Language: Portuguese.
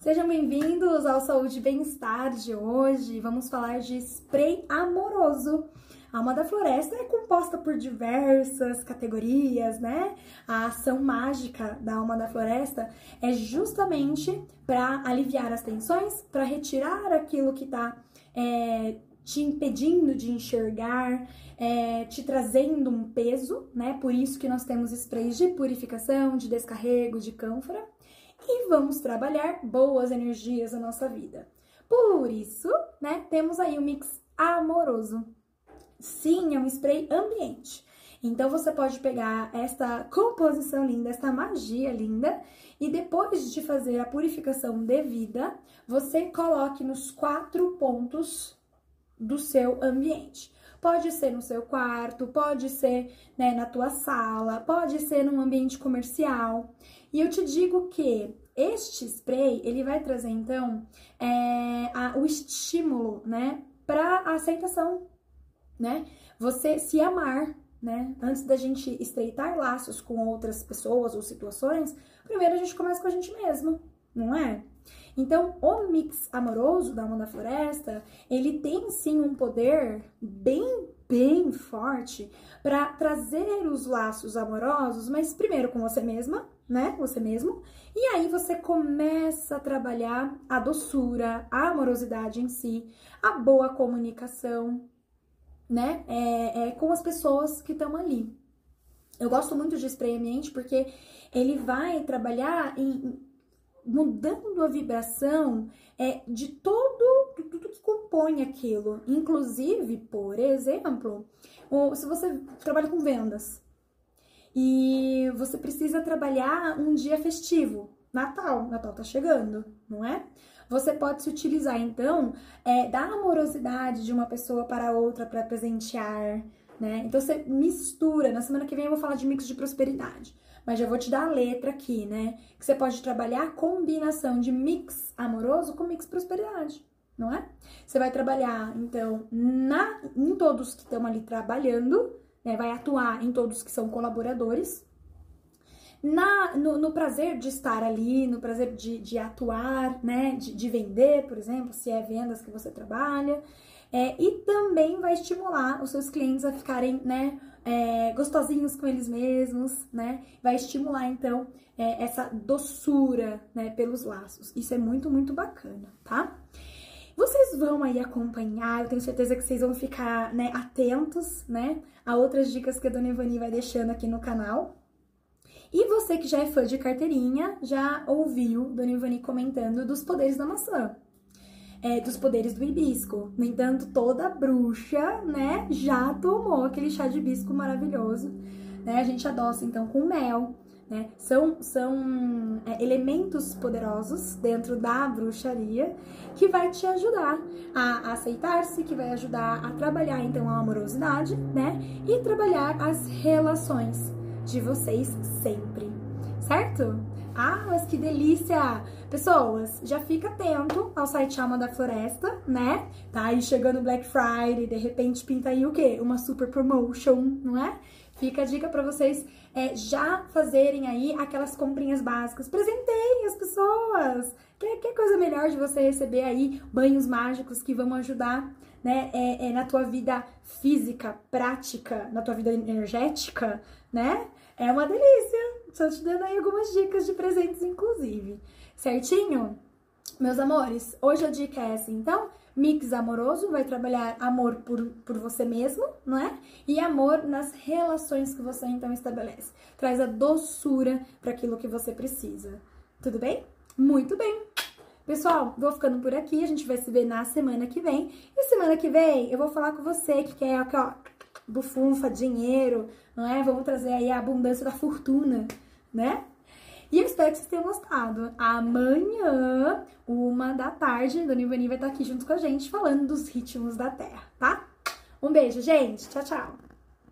Sejam bem-vindos ao Saúde e Bem-Estar de hoje. Vamos falar de spray amoroso. A Alma da Floresta é composta por diversas categorias, né? A ação mágica da Alma da Floresta é justamente para aliviar as tensões, para retirar aquilo que está te impedindo de enxergar, te trazendo um peso, né? Por isso que nós temos sprays de purificação, de descarrego, de cânfora. E vamos trabalhar boas energias na nossa vida. Por isso, né, temos aí o mix amoroso. Sim, é um spray ambiente. Então, você pode pegar esta composição linda, esta magia linda, e depois de fazer a purificação devida, você coloque nos 4 pontos do seu ambiente. Pode ser no seu quarto, pode ser, né, na tua sala, pode ser num ambiente comercial. E eu te digo que este spray, ele vai trazer, então, o estímulo, né, para a aceitação, né? Você se amar, né? Antes da gente estreitar laços com outras pessoas ou situações, primeiro a gente começa com a gente mesmo, não é? Então, o mix amoroso da Alma da Floresta, ele tem sim um poder bem forte para trazer os laços amorosos, mas primeiro com você mesma, né? Você mesmo. E aí você começa a trabalhar a doçura, a amorosidade em si, a boa comunicação, né? Com as pessoas que estão ali. Eu gosto muito de spray ambiente porque ele vai trabalhar mudando a vibração de tudo que compõe aquilo. Inclusive, por exemplo, se você trabalha com vendas e você precisa trabalhar um dia festivo, Natal tá chegando, não é? Você pode se utilizar, então, da amorosidade de uma pessoa para outra para presentear, né? Então, você mistura. Na semana que vem eu vou falar de mix de prosperidade. Mas já vou te dar a letra aqui, né? Que você pode trabalhar a combinação de mix amoroso com mix prosperidade, não é? Você vai trabalhar, então, em todos que estão ali trabalhando, né? Vai atuar em todos que são colaboradores. No prazer de estar ali, no prazer de atuar, né? De vender, por exemplo, se é vendas que você trabalha. E também vai estimular os seus clientes a ficarem, né? Gostosinhos com eles mesmos, né? Vai estimular, então, essa doçura, né, pelos laços. Isso é muito bacana, tá? Vocês vão aí acompanhar, eu tenho certeza que vocês vão ficar, né, atentos, né, a outras dicas que a Dona Ivani vai deixando aqui no canal. E você que já é fã de carteirinha, já ouviu Dona Ivani comentando dos poderes da maçã. Dos poderes do hibisco. No entanto, toda bruxa, né, já tomou aquele chá de hibisco maravilhoso, né? A gente adoça, então, com mel, né? São elementos poderosos dentro da bruxaria que vai te ajudar a aceitar-se, que vai ajudar a trabalhar, então, a amorosidade, né? E trabalhar as relações de vocês sempre, certo? Ah, mas que delícia! Pessoas, já fica atento ao site Alma da Floresta, né? Tá aí chegando Black Friday, de repente pinta aí o quê? Uma super promotion, não é? Fica a dica pra vocês já fazerem aí aquelas comprinhas básicas. Presenteiem as pessoas! Que coisa melhor de você receber aí banhos mágicos que vão ajudar, né? Na tua vida física, prática, na tua vida energética, né? É uma delícia! Estou te dando aí algumas dicas de presentes, inclusive. Certinho? Meus amores, hoje a dica é essa, então. Mix amoroso vai trabalhar amor por você mesmo, não é? E amor nas relações que você, então, estabelece. Traz a doçura para aquilo que você precisa. Tudo bem? Muito bem! Pessoal, vou ficando por aqui. A gente vai se ver na semana que vem. E semana que vem eu vou falar com você que quer, ó, bufunfa, dinheiro, não é? Vamos trazer aí a abundância da fortuna, né? E eu espero que vocês tenham gostado. Amanhã, 13h, Dona Ivani vai estar aqui junto com a gente falando dos ritmos da Terra, tá? Um beijo, gente. Tchau, tchau.